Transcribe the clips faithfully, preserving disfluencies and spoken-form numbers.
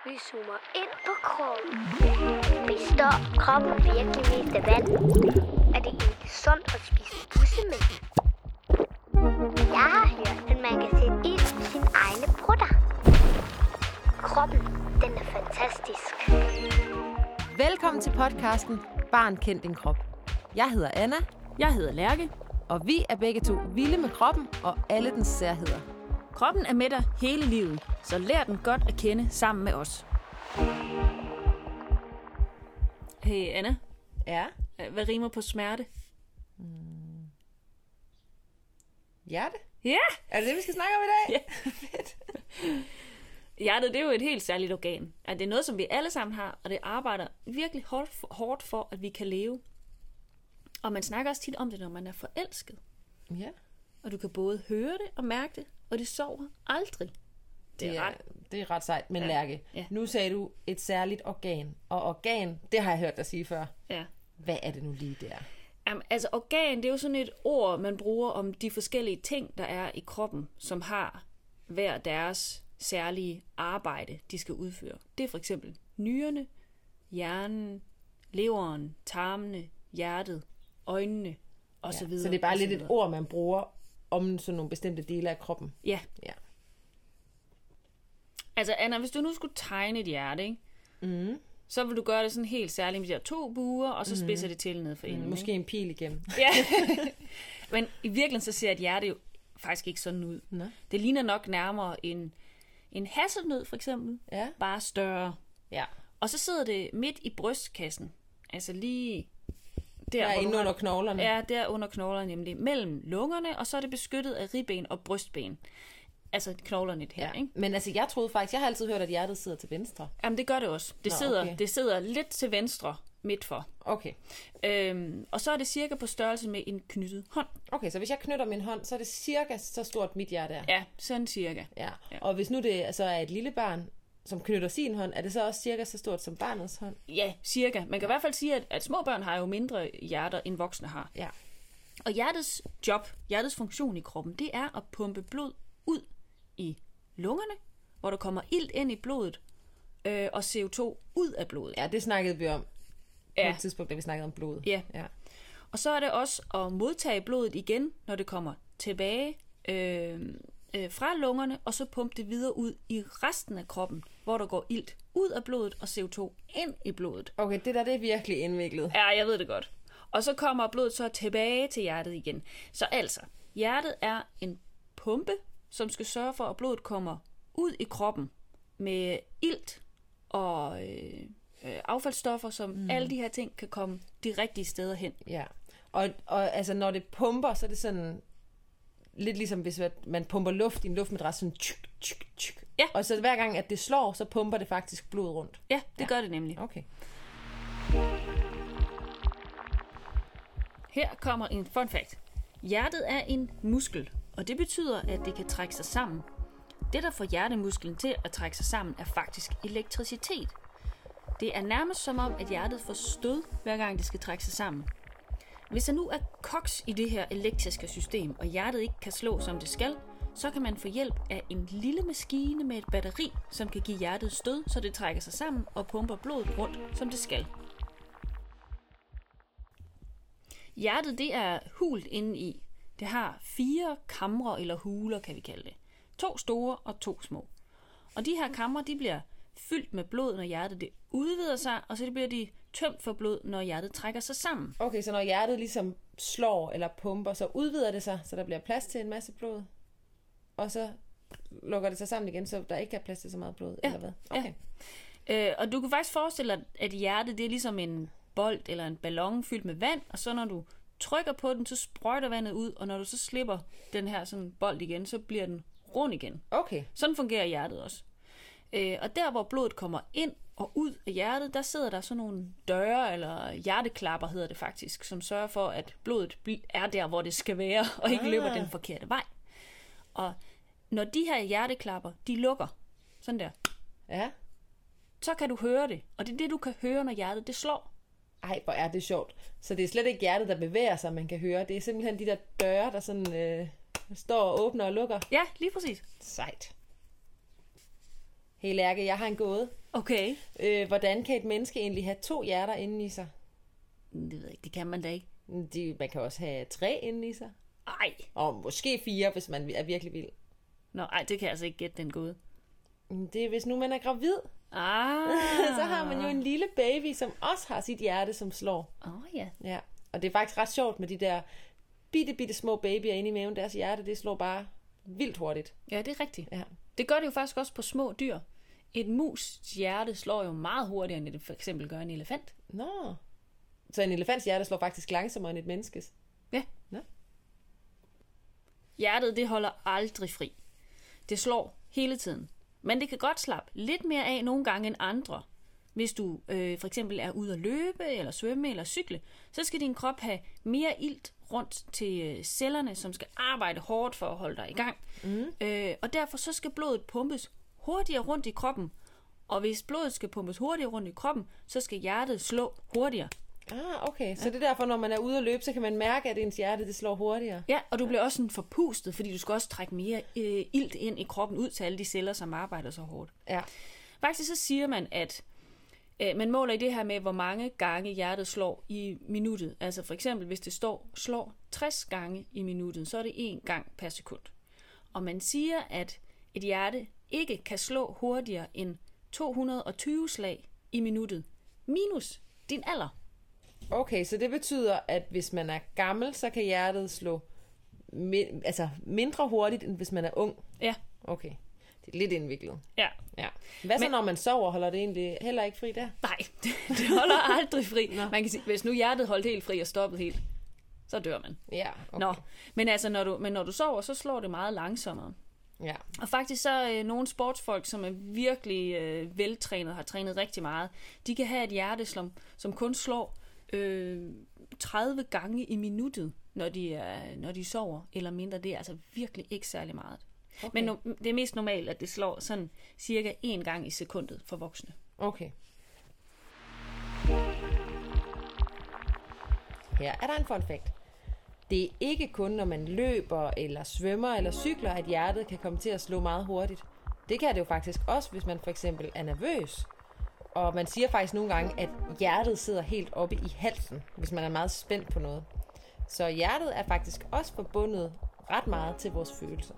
Vi zoomer ind på kroppen. Består kroppen virkelig mest af vand? Er det egentlig sundt at spise bussemænd? Jeg har hørt, at man kan sætte ild i sine egne brutter. Kroppen, den er fantastisk. Velkommen til podcasten Barn kend din krop. Jeg hedder Anna. Jeg hedder Lærke. Og vi er begge to vilde med kroppen og alle dens særheder. Kroppen er med dig hele livet, så lær den godt at kende sammen med os. Hey Anna. Ja? Hvad rimer på smerte? Mm. Hjerte? Ja! Er det det, vi skal snakke om i dag? Ja. Fedt. Hjertet, det er jo et helt særligt organ. Det er noget, som vi alle sammen har, og det arbejder virkelig hårdt for, hårdt for, at vi kan leve. Og man snakker også tit om det, når man er forelsket. Ja. Og du kan både høre det og mærke det, og det sover aldrig. Det er, det er, ret, det er ret sejt. Men ja. Lærke, ja. Nu sagde du et særligt organ. Og organ, det har jeg hørt dig sige før. Ja. Hvad er det nu lige der? Jamen, altså organ, det er jo sådan et ord, man bruger om de forskellige ting, der er i kroppen, som har hver deres særlige arbejde, de skal udføre. Det er for eksempel nyrerne, hjernen, leveren, tarmene, hjertet, øjnene og så ja, videre. Så det er bare lidt et ord, man bruger om sådan nogle bestemte dele af kroppen. Ja. ja. Altså Anna, hvis du nu skulle tegne et hjerte, ikke? Mm. Så vil du gøre det sådan helt særligt med de her to buer, og så spidser mm. det til ned for enden. Mm, måske en pil igennem. Ja. Men i virkeligheden så ser et hjerte jo faktisk ikke sådan ud. Nå. Det ligner nok nærmere en, en hasselnød for eksempel, ja. bare større. Ja. Og så sidder det midt i brystkassen, altså lige der, ja, inde under har, knoglerne. Ja, der under knoglerne, nemlig mellem lungerne, og så er det beskyttet af ribben og brystben. Altså knoglerne her, ja. ikke? Men altså, jeg troede faktisk, jeg har altid hørt, at hjertet sidder til venstre. Jamen, det gør det også. Det, Nå, sidder, okay. det sidder lidt til venstre midt for. Okay. Øhm, og så er det cirka på størrelse med en knyttet hånd. Okay, så hvis jeg knytter min hånd, så er det cirka så stort mit hjerte er? Ja, sådan cirka. Ja. Ja. Og hvis nu det så er et lille barn, som knytter sin hånd, er det så også cirka så stort som barnets hånd? Ja, cirka. Man kan ja. i hvert fald sige, at, at små børn har jo mindre hjerter, end voksne har. Ja. Og hjertets job, hjertets funktion i kroppen, det er at pumpe blod ud i lungerne, hvor der kommer ilt ind i blodet, øh, og C O to ud af blodet. Ja, det snakkede vi om ja. på et tidspunkt, da vi snakkede om blodet. Ja. ja. Og så er det også at modtage blodet igen, når det kommer tilbage øh, øh, fra lungerne, og så pumpe det videre ud i resten af kroppen, hvor der går ilt ud af blodet og C O to ind i blodet. Okay, det der det er virkelig indviklet. Ja, jeg ved det godt. Og så kommer blodet så tilbage til hjertet igen. Så altså, hjertet er en pumpe, som skal sørge for, at blodet kommer ud i kroppen med ilt og øh, øh, affaldsstoffer, som mm. alle de her ting kan komme de rigtige steder hen. Ja, og, og altså når det pumper, så er det sådan lidt ligesom hvis man pumper luft i en luftmadras, sådan tjuk, tjuk, tjuk. Ja. Og så hver gang, at det slår, så pumper det faktisk blod rundt. Ja, det ja. gør det nemlig. Okay. Her kommer en fun fact. Hjertet er en muskel, og det betyder, at det kan trække sig sammen. Det, der får hjertemusklen til at trække sig sammen, er faktisk elektricitet. Det er nærmest som om, at hjertet får stød, hver gang det skal trække sig sammen. Hvis der nu er koks i det her elektriske system, og hjertet ikke kan slå, som det skal, så kan man få hjælp af en lille maskine med et batteri, som kan give hjertet stød, så det trækker sig sammen og pumper blodet rundt, som det skal. Hjertet, det er hult inde i. Det har fire kamre eller huler, kan vi kalde det. To store og to små. Og de her kamre, de bliver fyldt med blod, når hjertet det udvider sig, og så bliver de tømt for blod, når hjertet trækker sig sammen. Okay, så når hjertet ligesom slår eller pumper, så udvider det sig, så der bliver plads til en masse blod, og så lukker det sig sammen igen, så der ikke er plads til så meget blod, ja. eller hvad? Okay. Ja. Øh, og du kan faktisk forestille dig, at hjertet det er ligesom en bold eller en ballon fyldt med vand, og så når du trykker på den, så sprøjter vandet ud, og når du så slipper den her sådan bold igen, så bliver den rund igen. Okay. Sådan fungerer hjertet også. Øh, og der, hvor blodet kommer ind og ud af hjertet, der sidder der sådan nogle døre, eller hjerteklapper hedder det faktisk, som sørger for, at blodet er der, hvor det skal være, og ikke ah. løber den forkerte vej. Og når de her hjerteklapper, de lukker, sådan der, ja. så kan du høre det. Og det er det, du kan høre, når hjertet det slår. Ej, hvor er det sjovt. Så det er slet ikke hjertet, der bevæger sig, man kan høre. Det er simpelthen de der døre, der sådan øh, står og åbner og lukker. Ja, lige præcis. Sejt. Hey Lærke, jeg har en gåde. Okay. Øh, hvordan kan et menneske egentlig have to hjerter inde i sig? Det ved jeg ikke, det kan man da ikke. De, man kan også have tre inde i sig. Ej. Og måske fire, hvis man er virkelig vild. Nå, ej, det kan jeg altså ikke gætte den gåde. Det er, hvis nu man er gravid. Ah. Så har man jo en lille baby, som også har sit hjerte, som slår. Åh, oh, ja. Ja. Og det er faktisk ret sjovt med de der bitte, bitte små babyer inde i maven. Deres hjerte, det slår bare vildt hurtigt. Ja, det er rigtigt. Ja. Det gør det jo faktisk også på små dyr. Et mus hjerte slår jo meget hurtigere, end det for eksempel gør en elefant. Nå. Så en elefants hjerte slår faktisk langsommere end et menneskes? Ja. Nå. Hjertet, det holder aldrig fri. Det slår hele tiden. Men det kan godt slappe lidt mere af nogle gange end andre. Hvis du øh, for eksempel er ude at løbe, eller svømme, eller cykle, så skal din krop have mere ilt rundt til øh, cellerne, som skal arbejde hårdt for at holde dig i gang. Mm. Øh, og derfor så skal blodet pumpes hurtigere rundt i kroppen. Og hvis blodet skal pumpes hurtigere rundt i kroppen, så skal hjertet slå hurtigere. Ah, okay. Så det er derfor, når man er ude at løbe, så kan man mærke, at ens hjerte det slår hurtigere. Ja, og du bliver også sådan forpustet, fordi du skal også trække mere øh, ilt ind i kroppen, ud til alle de celler, som arbejder så hårdt. Ja. Faktisk så siger man, at øh, man måler i det her med, hvor mange gange hjertet slår i minuttet. Altså for eksempel, hvis det står, slår tres gange i minuttet, så er det en gang per sekund. Og man siger, at et hjerte ikke kan slå hurtigere end to hundrede og tyve slag i minuttet, minus din alder. Okay, så det betyder, at hvis man er gammel, så kan hjertet slå mi- altså mindre hurtigt, end hvis man er ung? Ja. Okay, det er lidt indviklet. Ja. Ja. Hvad så, Men, når man sover? Holder det egentlig heller ikke fri der? Nej, det holder aldrig fri. Man kan sige, hvis nu hjertet holdt helt fri og stoppet helt, så dør man. Ja, okay. Nå, men altså, når du, men når du sover, så slår det meget langsommere. Ja. Og faktisk så øh, nogle sportsfolk, som er virkelig øh, veltrænet, har trænet rigtig meget, de kan have et hjerte, som, som kun slår øh, tredive gange i minuttet, når de, er, når de sover, eller mindre. Det er altså virkelig ikke særlig meget. Okay. Men no, det er mest normalt, at det slår sådan cirka en gang i sekundet for voksne. Okay. Her er der en fun fact. Det er ikke kun, når man løber, eller svømmer, eller cykler, at hjertet kan komme til at slå meget hurtigt. Det kan det jo faktisk også, hvis man for eksempel er nervøs. Og man siger faktisk nogle gange, at hjertet sidder helt oppe i halsen, hvis man er meget spændt på noget. Så hjertet er faktisk også forbundet ret meget til vores følelser.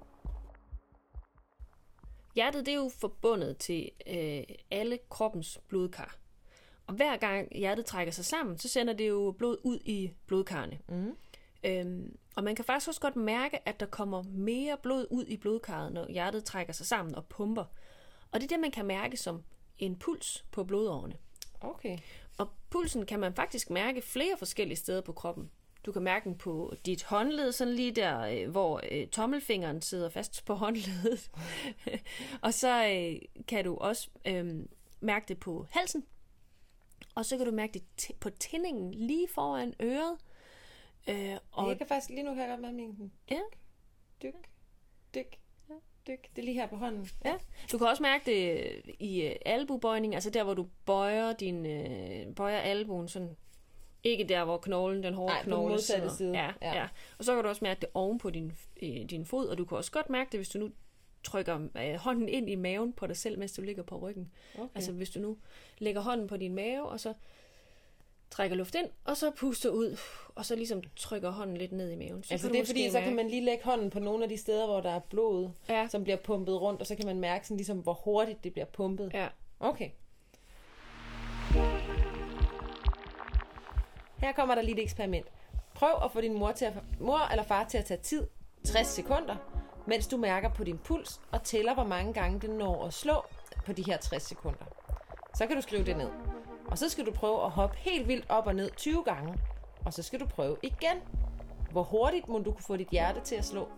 Hjertet det er jo forbundet til øh, alle kroppens blodkar. Og hver gang hjertet trækker sig sammen, så sender det jo blod ud i blodkarrene. Mm. Øhm, og man kan faktisk også godt mærke, at der kommer mere blod ud i blodkarret, når hjertet trækker sig sammen og pumper. Og det er det, man kan mærke som en puls på blodårene. Okay. Og pulsen kan man faktisk mærke flere forskellige steder på kroppen. Du kan mærke den på dit håndled, sådan lige der, hvor øh, tommelfingeren sidder fast på håndledet. Og så øh, kan du også øh, mærke det på halsen. Og så kan du mærke det t- på tændingen lige foran øret. Øh, og Jeg kan faktisk lige nu kan jeg godt mærke min ja. dyk, dyk, dyk. Det er lige her på hånden. Ja. Du kan også mærke det i øh, albuebøjning, altså der, hvor du bøjer din øh, bøjer albuen, sådan ikke der, hvor knoglen, den hårde Nej, knogle på den modsatte sidder. side. Ja, ja. Ja. Og så kan du også mærke det oven på din, øh, din fod, og du kan også godt mærke det, hvis du nu trykker øh, hånden ind i maven på dig selv, mens du ligger på ryggen. Okay. Altså hvis du nu lægger hånden på din mave, og så trækker luft ind, og så puster ud, og så ligesom trykker hånden lidt ned i maven. Så altså det er fordi, så kan man lige lægge hånden på nogle af de steder, hvor der er blod, ja. som bliver pumpet rundt, og så kan man mærke sådan ligesom, hvor hurtigt det bliver pumpet. Ja. Okay. Her kommer der lige et eksperiment. Prøv at få din mor, til at, mor eller far til at tage tid, tres sekunder, mens du mærker på din puls, og tæller, hvor mange gange den når at slå på de her tres sekunder. Så kan du skrive det ned. Og så skal du prøve at hoppe helt vildt op og ned tyve gange. Og så skal du prøve igen. Hvor hurtigt må du kunne få dit hjerte til at slå?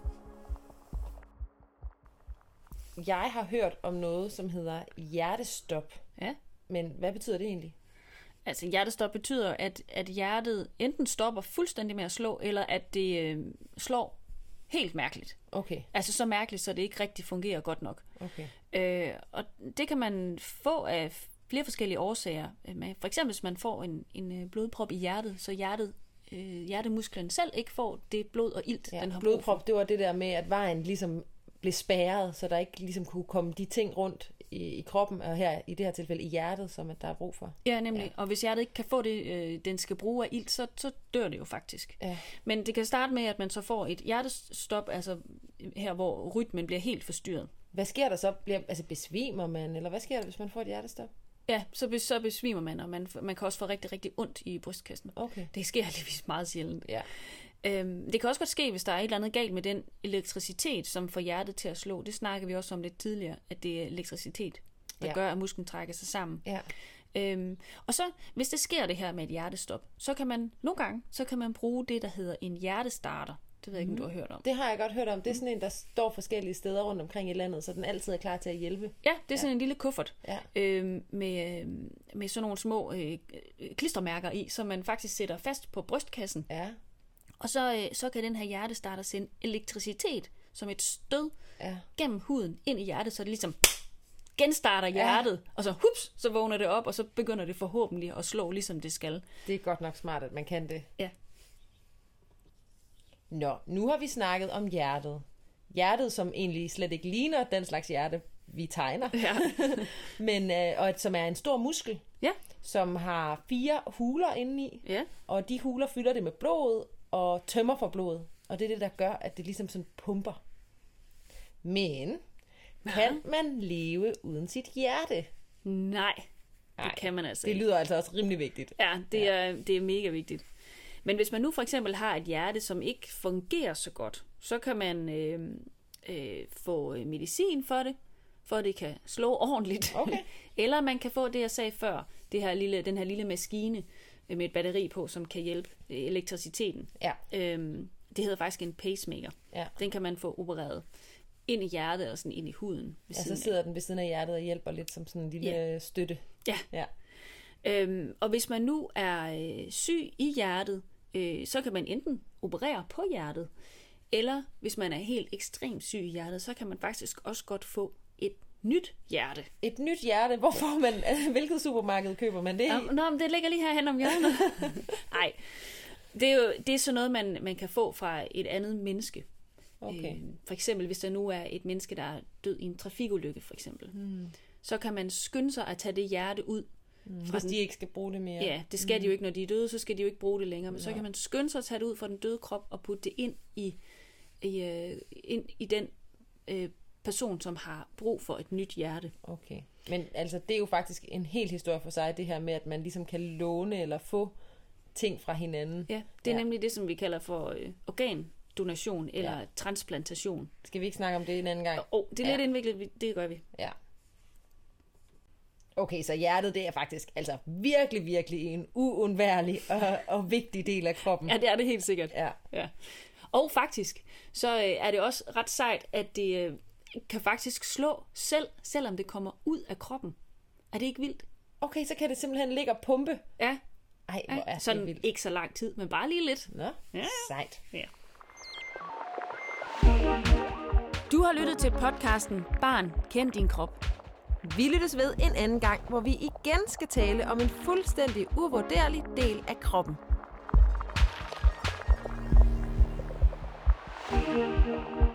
Jeg har hørt om noget, som hedder hjertestop. Ja. Men hvad betyder det egentlig? Altså hjertestop betyder, at, at hjertet enten stopper fuldstændig med at slå, eller at det øh, slår helt mærkeligt. Okay. Altså så mærkeligt, så det ikke rigtig fungerer godt nok. Okay. Øh, og det kan man få af flere forskellige årsager. For eksempel hvis man får en, en blodprop i hjertet, så hjertet, øh, hjertemusklen selv ikke får det blod og ilt, Ja, den har blodprop, det var det der med, at vejen ligesom blev spærret, så der ikke ligesom kunne komme de ting rundt i, i kroppen, og her i det her tilfælde i hjertet, som at der er brug for. Ja, nemlig. Ja. Og hvis hjertet ikke kan få det, øh, den skal bruge af ilt, så, så dør det jo faktisk. Ja. Men det kan starte med, at man så får et hjertestop, altså her, hvor rytmen bliver helt forstyrret. Hvad sker der så? Bliver, altså besvimer man, eller hvad sker der, hvis man får et hjertestop? Ja, så, så besvimer man, og man, man kan også få rigtig, rigtig ondt i brystkassen. Okay. Det sker heldigvis meget sjældent. Ja. Øhm, det kan også godt ske, hvis der er et eller andet galt med den elektricitet, som får hjertet til at slå. Det snakker vi også om lidt tidligere, at det er elektricitet, der ja. gør, at musklen trækker sig sammen. Ja. Øhm, og så, hvis det sker det her med et hjertestop, så kan man nogle gange, så kan man bruge det, der hedder en hjertestarter. Det ved jeg ikke, om du har hørt om. Det har jeg godt hørt om. Det er sådan en, der står forskellige steder rundt omkring i landet, så den altid er klar til at hjælpe. Ja, det er sådan ja. en lille kuffert ja. øhm, med, med sådan nogle små øh, klistermærker i, som man faktisk sætter fast på brystkassen. Ja. Og så, øh, så kan den her hjertestarter sende elektricitet som et stød ja. gennem huden ind i hjertet, så det ligesom genstarter hjertet, ja. og så hups, så vågner det op, og så begynder det forhåbentlig at slå, ligesom det skal. Det er godt nok smart, at man kan det. Ja. Nå, nu har vi snakket om hjertet. Hjertet, som egentlig slet ikke ligner den slags hjerte, vi tegner. Ja. Men, øh, og som er en stor muskel, ja. som har fire huler indeni. Ja. Og de huler fylder det med blod og tømmer for blodet. Og det er det, der gør, at det ligesom sådan pumper. Men kan man leve uden sit hjerte? Nej, det Ej, kan man altså det ikke. Det lyder altså også rimelig vigtigt. Ja, det, ja. Er, det er mega vigtigt. Men hvis man nu for eksempel har et hjerte, som ikke fungerer så godt, så kan man øh, øh, få medicin for det, for at det kan slå ordentligt. Okay. Eller man kan få det, jeg sagde før, det her lille, den her lille maskine med et batteri på, som kan hjælpe elektriciteten. Ja. Øhm, det hedder faktisk en pacemaker. Ja. Den kan man få opereret ind i hjertet og sådan ind i huden. Ja, så sidder den ved siden af hjertet og hjælper lidt som sådan en lille ja. støtte. Ja. ja. Øhm, og hvis man nu er øh, syg i hjertet, øh, så kan man enten operere på hjertet, eller hvis man er helt ekstremt syg i hjertet, så kan man faktisk også godt få et nyt hjerte. Et nyt hjerte? Hvor får man, hvilket supermarked køber man det i? Nå, nå men det ligger lige herhen om hjørnet. Nej, det er jo det er sådan noget, man, man kan få fra et andet menneske. Okay. Øh, for eksempel, hvis der nu er et menneske, der er død i en trafikulykke, for eksempel, hmm. så kan man skynde sig at tage det hjerte ud. Mm, hvis de ikke skal bruge det mere. Ja, det skal mm. de jo ikke, når de er døde, så skal de jo ikke bruge det længere. Men Nå. så kan man skynde sig at tage det ud fra den døde krop og putte det ind i, i, øh, ind i den øh, person, som har brug for et nyt hjerte. Okay. Men altså, det er jo faktisk en helt historie for sig, det her med, at man ligesom kan låne eller få ting fra hinanden. Ja, det er ja. nemlig det, som vi kalder for øh, organdonation eller ja. transplantation. Skal vi ikke snakke om det en anden gang? Åh, oh, det er ja. lidt indviklet, det gør vi. Ja. Okay, så hjertet, det er faktisk altså virkelig, virkelig en uundværlig og, og vigtig del af kroppen. Ja, det er det helt sikkert. Ja. Ja. Og faktisk, så øh, er det også ret sejt, at det øh, kan faktisk slå selv, selvom det kommer ud af kroppen. Er det ikke vildt? Okay, så kan det simpelthen ligge og pumpe. Ja. Ej, hvor er sådan det vildt. Ikke så lang tid, men bare lige lidt. Nå, ja. Sejt. Ja. Du har lyttet til podcasten Barn, kend din krop. Vi lyttes ved en anden gang, hvor vi igen skal tale om en fuldstændig uvurderlig del af kroppen. Thank you.